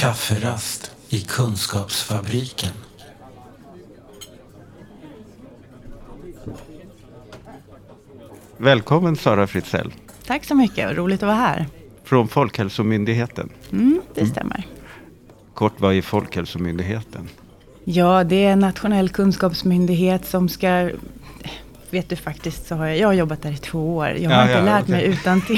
Kafferast i Kunskapsfabriken. Välkommen Sara Fritzell. Tack så mycket, roligt att vara här. Från Folkhälsomyndigheten. Det stämmer. Kort, vad är Folkhälsomyndigheten? Ja, det är en nationell kunskapsmyndighet som ska... Vet du faktiskt, så har jag jobbat där i 2 år. Jag har inte lärt mig utantill.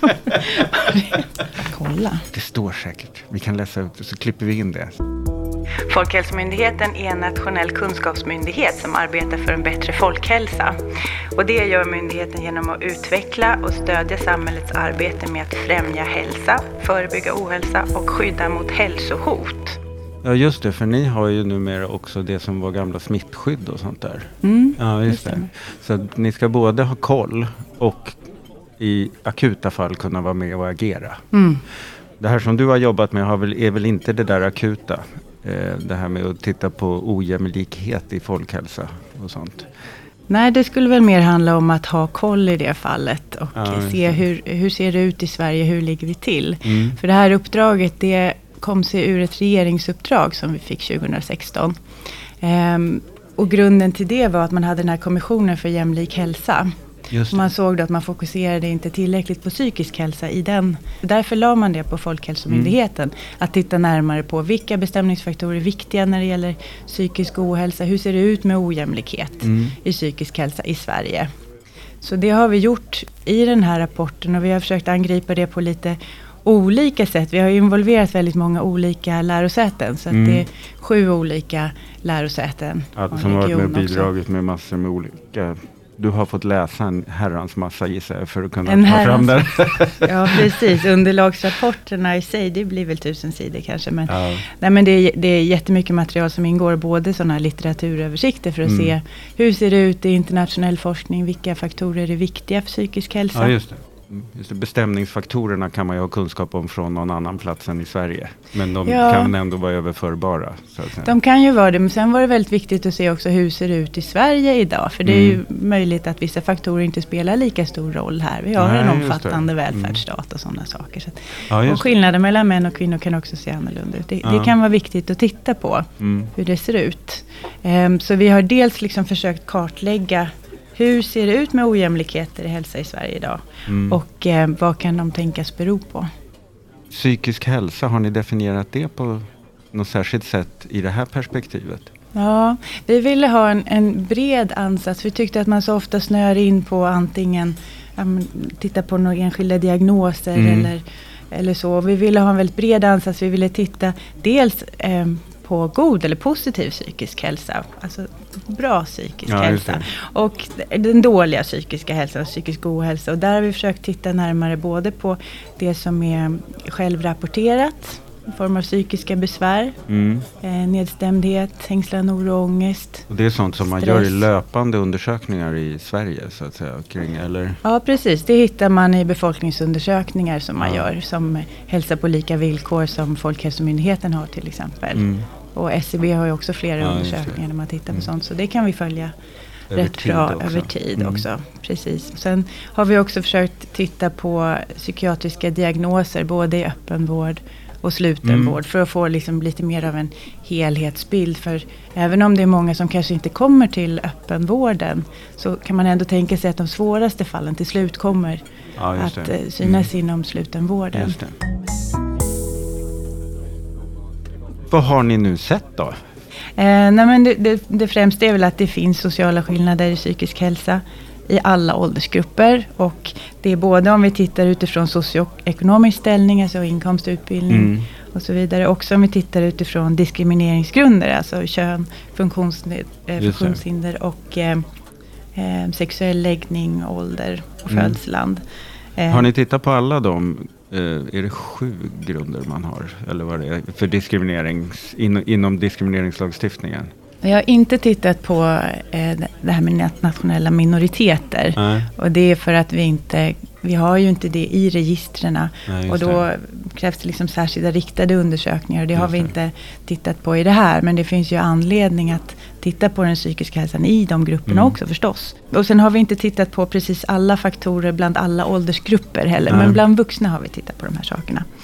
Kolla. Det står säkert. Vi kan läsa upp det så klipper vi in det. Folkhälsomyndigheten är en nationell kunskapsmyndighet som arbetar för en bättre folkhälsa. Och det gör myndigheten genom att utveckla och stödja samhällets arbete med att främja hälsa, förebygga ohälsa och skydda mot hälsohot. Ja just det, för ni har ju numera också det som var gamla smittskydd och sånt där. Ja just det. Så ni ska både ha koll och i akuta fall kunna vara med och agera. Det här som du har jobbat med är väl inte det där akuta. Det här med att titta på ojämlikhet i folkhälsa och sånt. Nej, det skulle väl mer handla om att ha koll i det fallet och se hur ser det ut i Sverige, hur ligger vi till. För det här uppdraget, det kom sig ur ett regeringsuppdrag som vi fick 2016. Och grunden till det var att man hade den här kommissionen för jämlik hälsa. Man såg då att man fokuserade inte tillräckligt på psykisk hälsa i den. Därför la man det på Folkhälsomyndigheten. Att titta närmare på vilka bestämningsfaktorer är viktiga när det gäller psykisk ohälsa. Hur ser det ut med ojämlikhet i psykisk hälsa i Sverige? Så det har vi gjort i den här rapporten och vi har försökt angripa det på lite olika sätt. Vi har involverat väldigt många olika lärosäten. Så att det är 7 olika lärosäten. Ja, som har varit med och bidragit med massor med olika... Du har fått läsa en herrans massa gissar jag för att kunna ta fram det. Ja, precis. Underlagsrapporterna i sig, det blir väl 1000 sidor kanske. Men, nej, men det är jättemycket material som ingår. Både sådana litteraturöversikter för att se hur ser det ut i internationell forskning. Vilka faktorer är viktiga för psykisk hälsa. Ja, just det. Bestämningsfaktorerna kan man ju ha kunskap om från någon annan plats än i Sverige. Men de kan ändå vara överförbara. Så att säga. De kan ju vara det, men sen var det väldigt viktigt att se också hur ser det ut i Sverige idag. För det är ju möjligt att vissa faktorer inte spelar lika stor roll här. Vi har en omfattande välfärdsstat och sådana saker. Så att, och skillnaden mellan män och kvinnor kan också se annorlunda ut. Det kan vara viktigt att titta på hur det ser ut. Så vi har dels liksom försökt kartlägga hur ser det ut med ojämlikheter i hälsa i Sverige idag? Och vad kan de tänkas bero på? Psykisk hälsa, har ni definierat det på något särskilt sätt i det här perspektivet? Ja, vi ville ha en bred ansats. Vi tyckte att man så ofta snör in på antingen titta på några enskilda diagnoser eller så. Vi ville ha en väldigt bred ansats. Vi ville titta dels på god eller positiv psykisk hälsa. Alltså bra psykisk hälsa. Och den dåliga psykiska hälsan och psykisk ohälsa. Och där har vi försökt titta närmare både på det som är självrapporterat i form av psykiska besvär, nedstämdhet, ängslan, oro och ångest. Och det är sånt som man gör i löpande undersökningar i Sverige så att säga kring, eller? Ja, precis. Det hittar man i befolkningsundersökningar som man gör som Hälsa på lika villkor som Folkhälsomyndigheten har till exempel. Och SCB har ju också flera undersökningar när man tittar på sånt. Så det kan vi följa rätt bra över tid också. Precis. Sen har vi också försökt titta på psykiatriska diagnoser både i öppenvård och slutenvård för att få liksom lite mer av en helhetsbild. För även om det är många som kanske inte kommer till öppenvården så kan man ändå tänka sig att de svåraste fallen till slut kommer att synas inom slutenvården. Just det. Vad har ni nu sett då? Nej, men det främsta är väl att det finns sociala skillnader i psykisk hälsa i alla åldersgrupper. Och det är både om vi tittar utifrån socioekonomisk ställning, alltså inkomst, utbildning och så vidare. Också om vi tittar utifrån diskrimineringsgrunder, alltså kön, funktionshinder och sexuell läggning, ålder och födelseland. Har ni tittat på alla de? Är det 7 grunder man har? Eller vad det är för inom diskrimineringslagstiftningen? Jag har inte tittat på det här med nationella minoriteter. Och det är för att vi har ju inte det i registrena. Och då krävs det liksom särskilda riktade undersökningar. Och det har vi inte tittat på i det här. Men det finns ju anledning att titta på den psykiska hälsan i de grupperna också förstås. Och sen har vi inte tittat på precis alla faktorer bland alla åldersgrupper heller. Men bland vuxna har vi tittat på de här sakerna.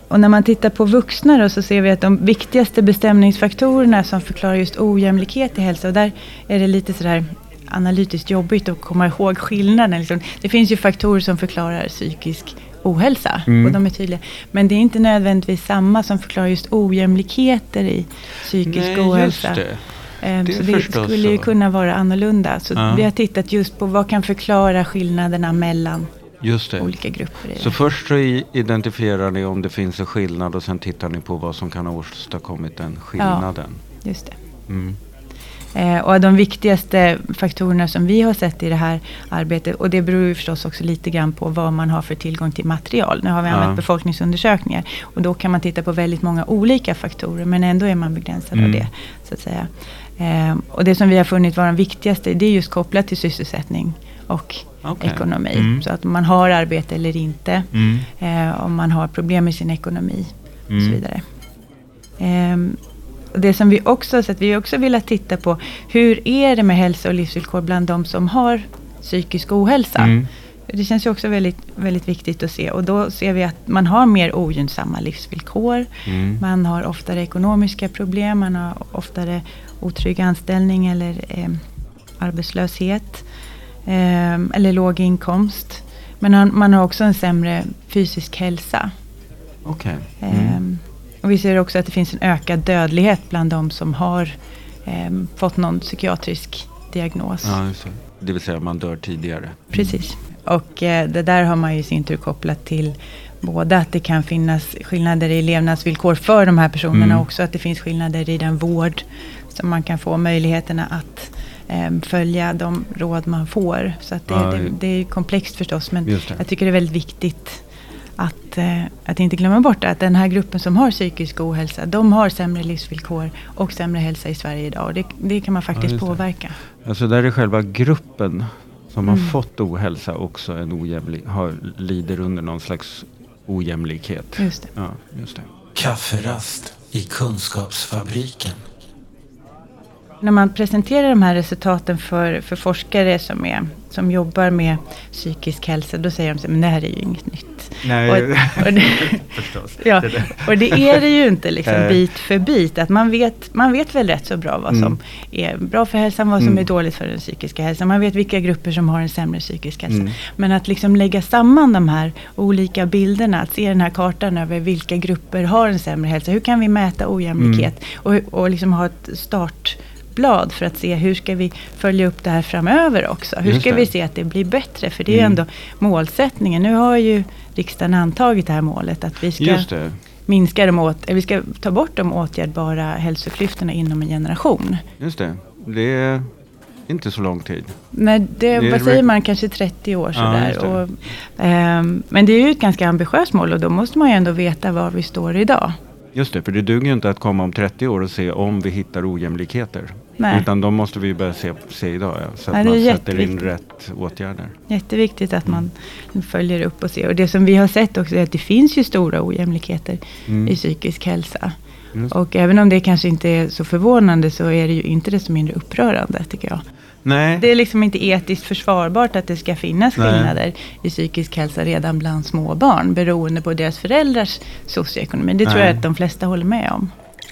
Och när man tittar på vuxna då, så ser vi att de viktigaste bestämningsfaktorerna som förklarar just ojämlikhet i hälsa, och där är det lite sådär analytiskt jobbigt att komma ihåg skillnaden. Liksom. Det finns ju faktorer som förklarar psykisk ohälsa och de är tydliga. Men det är inte nödvändigtvis samma som förklarar just ojämlikheter i psykisk ohälsa. Just det. Så det skulle ju kunna vara annorlunda. Så vi har tittat just på vad kan förklara skillnaderna mellan olika grupper. Så först så identifierar ni om det finns en skillnad och sen tittar ni på vad som kan ha åstadkommit den skillnaden. Ja, just det. Och de viktigaste faktorerna som vi har sett i det här arbetet, och det beror ju förstås också lite grann på vad man har för tillgång till material. Nu har vi använt befolkningsundersökningar och då kan man titta på väldigt många olika faktorer, men ändå är man begränsad av det, så att säga. Och det som vi har funnit vara de viktigaste, det är just kopplat till sysselsättning och ekonomi. Så att man har arbete eller inte, om man har problem med sin ekonomi och så vidare. Det som vi också har sett, vi har också velat titta på hur är det med hälsa och livsvillkor bland de som har psykisk ohälsa. Det känns ju också väldigt, väldigt viktigt att se. Och då ser vi att man har mer ogynnsamma livsvillkor. Man har oftare ekonomiska problem. Man har oftare otrygg anställning eller arbetslöshet. Eller låg inkomst. Men man har också en sämre fysisk hälsa. Och vi ser också att det finns en ökad dödlighet bland de som har fått någon psykiatrisk diagnos. Ja, det vill säga man dör tidigare. Precis. Och det där har man ju i sin tur kopplat till både att det kan finnas skillnader i levnadsvillkor för de här personerna, också att det finns skillnader i den vård som man kan få, möjligheterna att följa de råd man får. Så att det är komplext förstås, men jag tycker det är väldigt viktigt att inte glömma bort att den här gruppen som har psykisk ohälsa, de har sämre livsvillkor och sämre hälsa i Sverige idag. Och det kan man faktiskt påverka. Alltså där är själva gruppen som har fått ohälsa också en lider under någon slags ojämlikhet. Just det. Ja, just det. Kafferast i Kunskapsfabriken. När man presenterar de här resultaten för forskare som jobbar med psykisk hälsa, då säger de så, men det här är ju inget nytt. Nej, och det, förstås. Ja, och det är det ju inte liksom bit för bit. Att man vet väl rätt så bra vad som är bra för hälsan, vad som är dåligt för den psykiska hälsan. Man vet vilka grupper som har en sämre psykisk hälsa. Men att liksom lägga samman de här olika bilderna, att se den här kartan över vilka grupper har en sämre hälsa. Hur kan vi mäta ojämlikhet och liksom ha ett startblad för att se hur ska vi följa upp det här framöver också. Hur ska vi se att det blir bättre? För det är ju ändå målsättningen. Nu har ju riksdagen antagit det här målet att vi ska minska vi ska ta bort de åtgärdbara hälsoklyftorna inom en generation. Just det. Det är inte så lång tid. Nej, vad säger man? Kanske 30 år sådär. Men det är ju ett ganska ambitiöst mål och då måste man ju ändå veta var vi står idag. Just det, för det duger ju inte att komma om 30 år och se om vi hittar ojämlikheter. Nej. Utan då måste vi börja se idag, så att man sätter in rätt åtgärder. Jätteviktigt att man följer upp och ser. Och det som vi har sett också är att det finns ju stora ojämlikheter i psykisk hälsa. Och även om det kanske inte är så förvånande så är det ju inte desto mindre upprörande, tycker jag. Nej. Det är liksom inte etiskt försvarbart att det ska finnas skillnader i psykisk hälsa redan bland små barn beroende på deras föräldrars socioekonomi. Det tror jag att de flesta håller med om.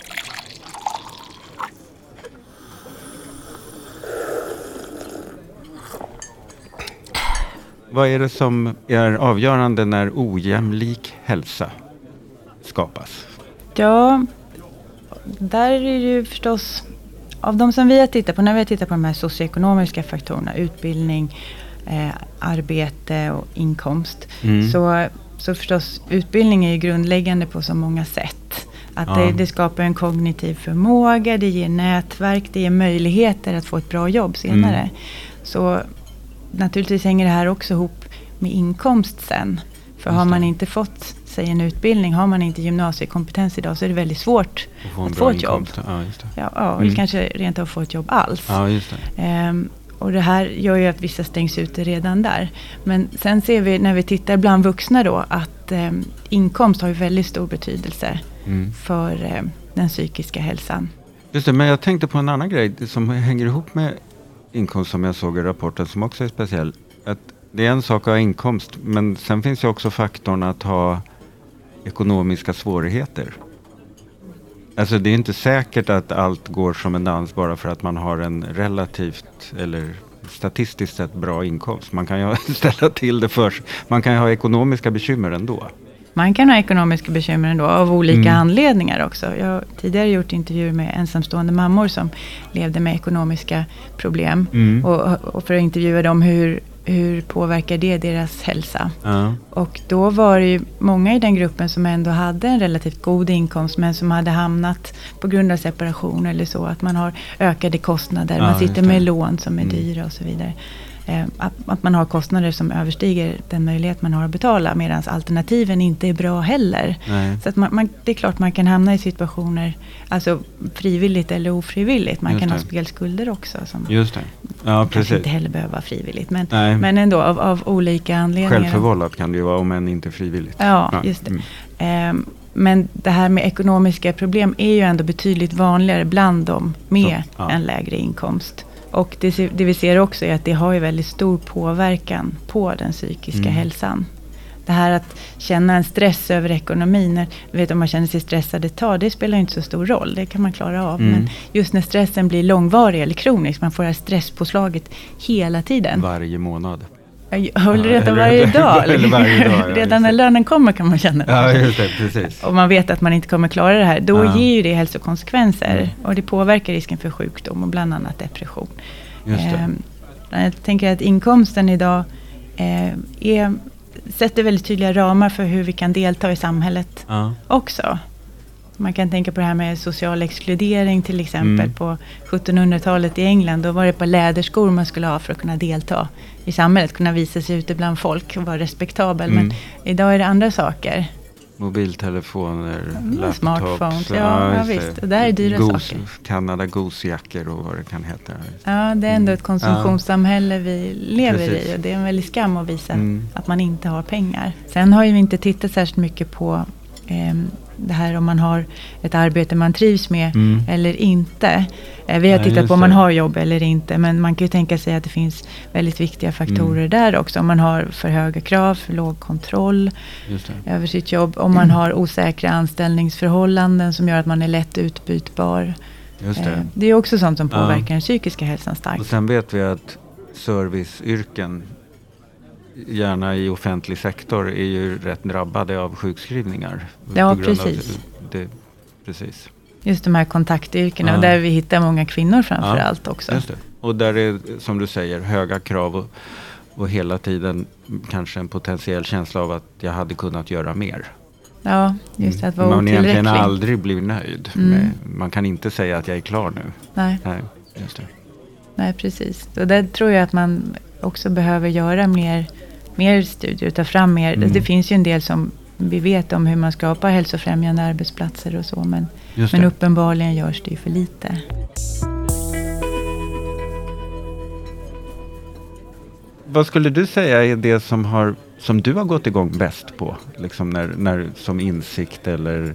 Vad är det som är avgörande när ojämlik hälsa skapas? Ja, där är det ju förstås, av de som vi har tittat på, när vi har tittat på de här socioekonomiska faktorerna, utbildning, arbete och inkomst, så förstås utbildning är ju grundläggande på så många sätt. Att det skapar en kognitiv förmåga, det ger nätverk, det ger möjligheter att få ett bra jobb senare. Så naturligtvis hänger det här också ihop med inkomst sen. För har man inte fått sig en utbildning, har man inte gymnasiekompetens idag, så är det väldigt svårt att få ett jobb. Eller kanske rent av få ett jobb alls. Ja, just det. Och det här gör ju att vissa stängs ute redan där. Men sen ser vi när vi tittar bland vuxna då att inkomst har ju väldigt stor betydelse för den psykiska hälsan. Just det, men jag tänkte på en annan grej som hänger ihop med inkomst som jag såg i rapporten som också är speciell. Att det är en sak att ha inkomst, men sen finns ju också faktorn att ha ekonomiska svårigheter. Alltså det är inte säkert att allt går som en dans bara för att man har en relativt eller statistiskt sett bra inkomst. Man kan ju ställa till det först. Man kan ju ha ekonomiska bekymmer ändå. Man kan ha ekonomiska bekymmer ändå av olika anledningar också. Jag har tidigare gjort intervjuer med ensamstående mammor som levde med ekonomiska problem. Och för att intervjua dem hur påverkar det deras hälsa. Och då var det ju många i den gruppen som ändå hade en relativt god inkomst men som hade hamnat på grund av separation eller så. Att man har ökade kostnader, man sitter med lån som är dyra och så vidare. Att man har kostnader som överstiger den möjlighet man har att betala medan alternativen inte är bra heller. Så att det är klart man kan hamna i situationer, alltså frivilligt eller ofrivilligt. Man kan ha spelskulder också. Som kanske inte heller behöver vara frivilligt. Men ändå av olika anledningar. Självförvållat kan det ju vara om än inte frivilligt. Ja, just det. Men det här med ekonomiska problem är ju ändå betydligt vanligare bland dem med en lägre inkomst. Och det vi ser också är att det har ju väldigt stor påverkan på den psykiska hälsan. Det här att känna en stress över ekonomin, om man känner sig stressad ett tag, det spelar ju inte så stor roll, det kan man klara av. Men just när stressen blir långvarig eller kronisk, man får det här stresspåslaget hela tiden. Varje månad. Jag håller redan varje dag. Eller varje dag redan när lönen kommer kan man känna det. Ja, just det, precis. Och man vet att man inte kommer klara det här. Då ger ju det hälsokonsekvenser. Och det påverkar risken för sjukdom och bland annat depression. Just det. Jag tänker att inkomsten idag sätter väldigt tydliga ramar för hur vi kan delta i samhället också. Man kan tänka på det här med social exkludering till exempel på 1700-talet i England. Då var det på läderskor man skulle ha för att kunna delta i samhället. Kunna visa sig ute bland folk och vara respektabel. Men idag är det andra saker. Mobiltelefoner, laptops. Smartphones, ja visst. Och det här är dyra saker. Canada Goose-jackor och vad det kan heta. Ja, det är ändå ett konsumtionssamhälle vi lever i. Och det är en väldigt skam att visa att man inte har pengar. Sen har ju vi inte tittat särskilt mycket på det här om man har ett arbete man trivs med eller inte. Vi har tittat på om man har jobb eller inte, men man kan ju tänka sig att det finns väldigt viktiga faktorer där också. Om man har för höga krav, för låg kontroll över sitt jobb. Om man har osäkra anställningsförhållanden som gör att man är lätt utbytbar. Det är också sånt som påverkar den psykiska hälsan starkt. Och sen vet vi att serviceyrken, gärna i offentlig sektor, är ju rätt drabbade av sjukskrivningar. Ja, precis. Precis. Just de här kontaktyrkena och där vi hittar många kvinnor framför allt också. Just det. Och där är, som du säger, höga krav och hela tiden kanske en potentiell känsla av att jag hade kunnat göra mer. Ja, just att vara otillräcklig. Man egentligen aldrig blir nöjd. Man kan inte säga att jag är klar nu. Nej, just det. Nej, precis. Och där tror jag att man också behöver göra mer studier, ta fram mer. Det finns ju en del som vi vet om hur man skapar hälsofrämjande arbetsplatser och så, men uppenbarligen görs det ju för lite. Vad skulle du säga är det som du har gått igång bäst på? Liksom när som insikt eller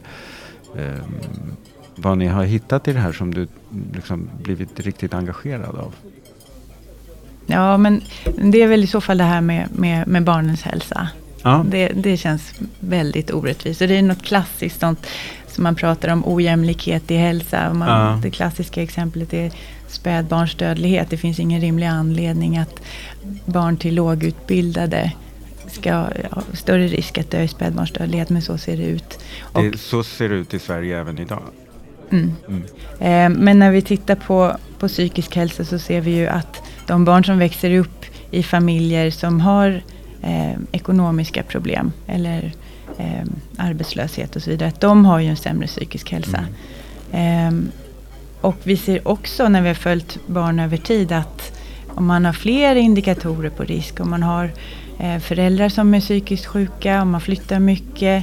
vad ni har hittat i det här som du liksom blivit riktigt engagerad av? Ja, men det är väl i så fall det här med barnens hälsa. Ja. Det känns väldigt orättvist. Och det är något klassiskt sånt som man pratar om, ojämlikhet i hälsa. Det klassiska exemplet är spädbarnsdödlighet. Det finns ingen rimlig anledning att barn till lågutbildade ska ha större risk att dö i spädbarnsdödlighet, men så ser det ut. Så ser det ut i Sverige även idag. Men när vi tittar på psykisk hälsa så ser vi ju att de barn som växer upp i familjer som har ekonomiska problem eller arbetslöshet och så vidare, att de har ju en sämre psykisk hälsa. Och vi ser också när vi har följt barn över tid att om man har fler indikatorer på risk, om man har föräldrar som är psykiskt sjuka, om man flyttar mycket,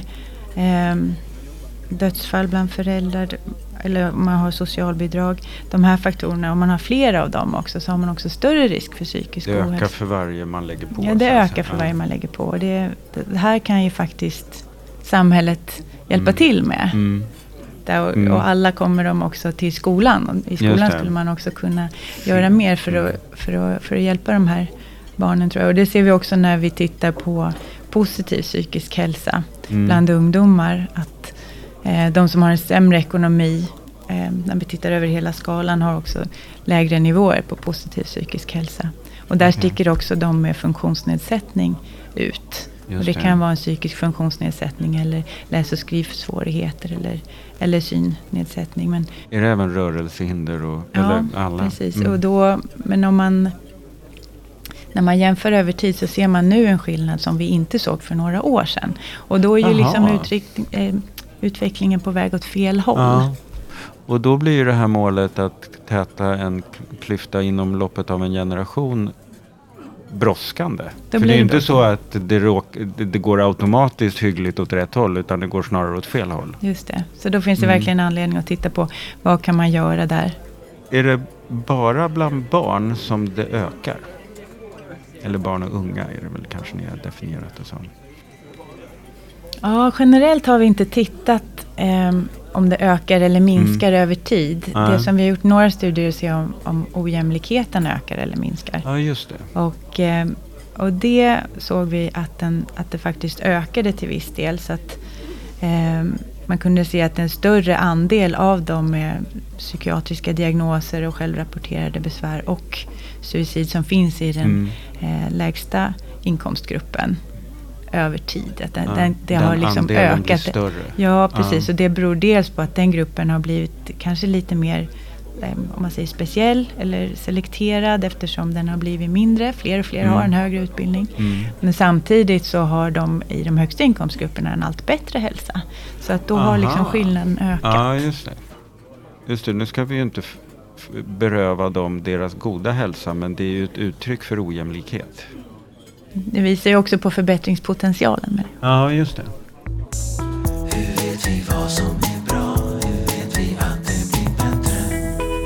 dödsfall bland föräldrar eller om man har socialbidrag, de här faktorerna, om man har flera av dem också, så har man också större risk för psykisk ohälsa. Det ökar för varje man lägger på. Ja, det ökar för varje man lägger på. Det här kan ju faktiskt samhället hjälpa till med. Och alla kommer de också till skolan. Och i skolan skulle man också kunna göra mer för att hjälpa de här barnen, tror jag. Och det ser vi också när vi tittar på positiv psykisk hälsa. bland ungdomar. Att de som har en sämre ekonomi, när vi tittar över hela skalan, har också lägre nivåer på positiv psykisk hälsa. Och där sticker också de med funktionsnedsättning ut. Och det kan vara en psykisk funktionsnedsättning eller läs- och skrivsvårigheter eller synnedsättning. Men är det även rörelsehinder eller alla? Precis. Och då, men när man jämför över tid så ser man nu en skillnad som vi inte såg för några år sedan. Och då är ju liksom utvecklingen på väg åt fel håll. Ja. Och då blir ju det här målet att täta en klyfta inom loppet av en generation brådskande. För det är inte så att det går automatiskt hyggligt åt rätt håll, utan det går snarare åt fel håll. Just det. Så då finns det verkligen anledning att titta på vad kan man göra där. Är det bara bland barn som det ökar? Eller barn och unga är det väl kanske ni har definierat det som? Ja, generellt har vi inte tittat om det ökar eller minskar över tid. Det som vi har gjort några studier ser om ojämlikheten ökar eller minskar. Ja, just det. Och det såg vi att det faktiskt ökade till viss del. Så att man kunde se att en större andel av dem med psykiatriska diagnoser och självrapporterade besvär och suicid som finns i den lägsta inkomstgruppen över tid. Att det har liksom ökat. Större. Ja, precis. Och det beror dels på att den gruppen har blivit kanske lite mer, om man säger speciell eller selekterad, eftersom den har blivit mindre. Fler och fler har en högre utbildning. Men samtidigt så har de i de högsta inkomstgrupperna en allt bättre hälsa. Så att då har liksom skillnaden ökat. Ja, just det. Nu ska vi ju inte beröva dem deras goda hälsa, men det är ju ett uttryck för ojämlikhet. Det visar ju också på förbättringspotentialen med det. Ja, just det. Hur vet vi vad som är bra? Hur vet vi att det blir bättre?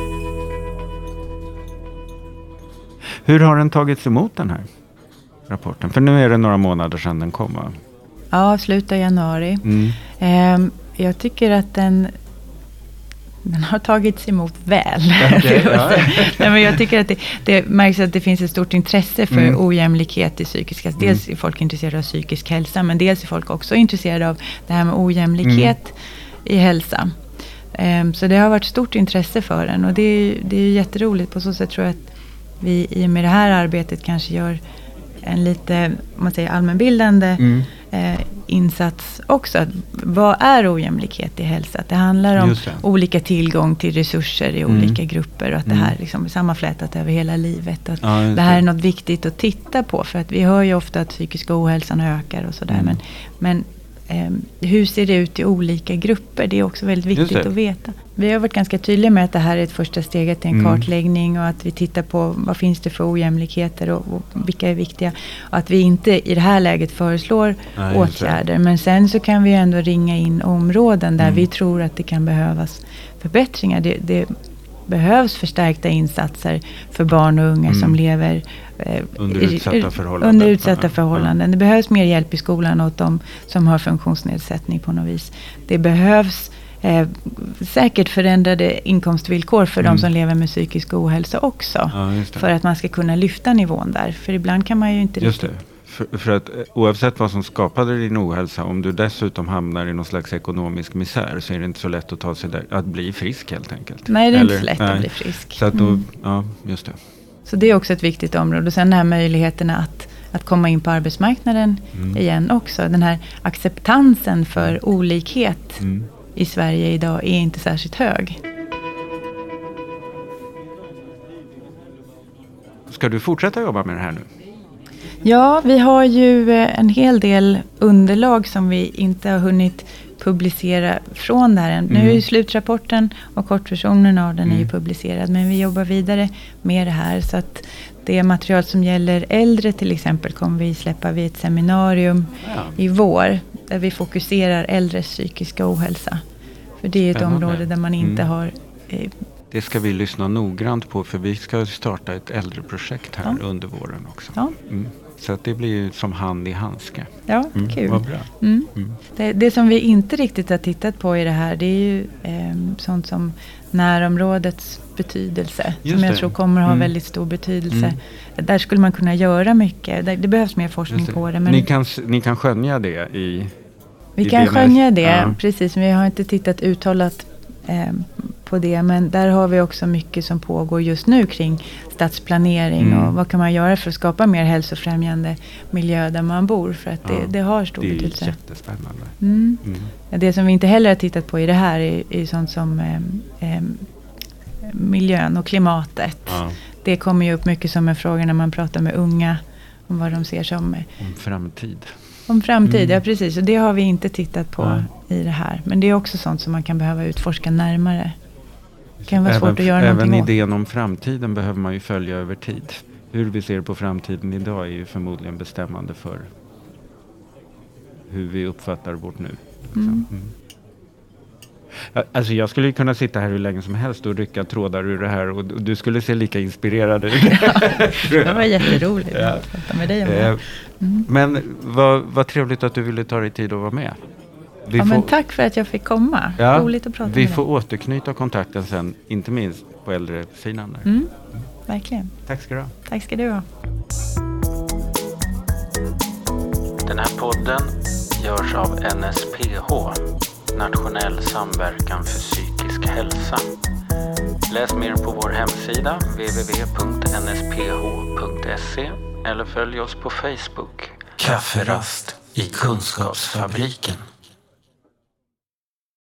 Hur har den tagits emot, den här rapporten? För nu är det några månader sedan den kom, va? Ja, slutet av januari. Jag tycker att den har tagits emot väl. Okay, Nej, men jag tycker att det märks att det finns ett stort intresse för ojämlikhet i psykisk hälsa. Dels är folk intresserade av psykisk hälsa, men dels är folk också intresserade av det här med ojämlikhet i hälsa. Så det har varit stort intresse för den, och det är jätteroligt. På så sätt tror jag att vi i och med det här arbetet kanske gör en lite, om man säger, allmänbildande insats också. Vad är ojämlikhet i hälsa? Att det handlar om olika tillgång till resurser i olika grupper, och att det här liksom är sammanflätat över hela livet. Att det här är något viktigt att titta på, för att vi hör ju ofta att psykiska ohälsan ökar och sådär. Men hur ser det ut i olika grupper? Det är också väldigt viktigt att veta. Vi har varit ganska tydliga med att det här är ett första steget till en kartläggning, och att vi tittar på vad finns det för ojämlikheter och vilka är viktiga. Och att vi inte i det här läget föreslår åtgärder. Men sen så kan vi ändå ringa in områden där vi tror att det kan behövas förbättringar. Det behövs förstärkta insatser för barn och unga som lever under utsatta förhållanden. Det behövs mer hjälp i skolan åt de som har funktionsnedsättning på något vis. Det behövs säkert förändrade inkomstvillkor för de som lever med psykisk ohälsa också. För att man ska kunna lyfta nivån där. För ibland kan man ju inte riktigt... För att oavsett vad som skapade din ohälsa, om du dessutom hamnar i någon slags ekonomisk misär, så är det inte så lätt att ta sig där, att bli frisk helt enkelt. Nej, det är inte så lätt att bli frisk. Så att då, just det. Så det är också ett viktigt område. Och sen den här möjligheterna att komma in på arbetsmarknaden igen också. Den här acceptansen för olikhet i Sverige idag är inte särskilt hög. Ska du fortsätta jobba med det här nu? Ja, vi har ju en hel del underlag som vi inte har hunnit publicera från det här än. Nu är ju slutrapporten och kortversionen av den är ju publicerad, men vi jobbar vidare med det här, så att det material som gäller äldre till exempel kommer vi släppa vid ett seminarium i vår, där vi fokuserar äldres psykiska ohälsa. För det är ett område där man inte har... Det ska vi lyssna noggrant på, för vi ska starta ett äldreprojekt här under våren också. Ja. Så att det blir ju som hand i handske. Ja, kul. Vad bra. Det som vi inte riktigt har tittat på i det här, det är ju sånt som närområdets betydelse. Som jag tror kommer att ha väldigt stor betydelse. Där skulle man kunna göra mycket. Det behövs mer forskning på det. Men Ni kan skönja det Vi kan skönja det, precis. Men vi har inte tittat uttalat på det. Men där har vi också mycket som pågår just nu kring stadsplanering. Och vad kan man göra för att skapa mer hälsofrämjande miljö där man bor. För att det har stor betydelse. Det är jättespännande. Ja, det som vi inte heller har tittat på i det här är sånt som miljön och klimatet. Ja. Det kommer ju upp mycket som en fråga när man pratar med unga. Om vad de ser som... Om framtid. Om framtid, ja precis. Och det har vi inte tittat på i det här. Men det är också sånt som man kan behöva utforska närmare. Det kan vara svårt att göra någonting åt. Även idén om framtiden behöver man ju följa över tid. Hur vi ser på framtiden idag är ju förmodligen bestämmande för hur vi uppfattar vårt nu. Alltså jag skulle kunna sitta här hur länge som helst och rycka trådar ur det här och du skulle se lika inspirerad ut. Det var jätteroligt att prata med dig om det. Men vad trevligt att du ville ta dig tid att vara med. Men tack för att jag fick komma. Roligt att prata med dig. Vi får återknyta kontakten sen, inte minst på äldresidan. Verkligen. Tack ska du ha. Tack ska du ha. Den här podden görs av NSPH, Nationell samverkan för psykisk hälsa. Läs mer på vår hemsida www.nsph.se eller följ oss på Facebook. Kafferast i Kunskapsfabriken.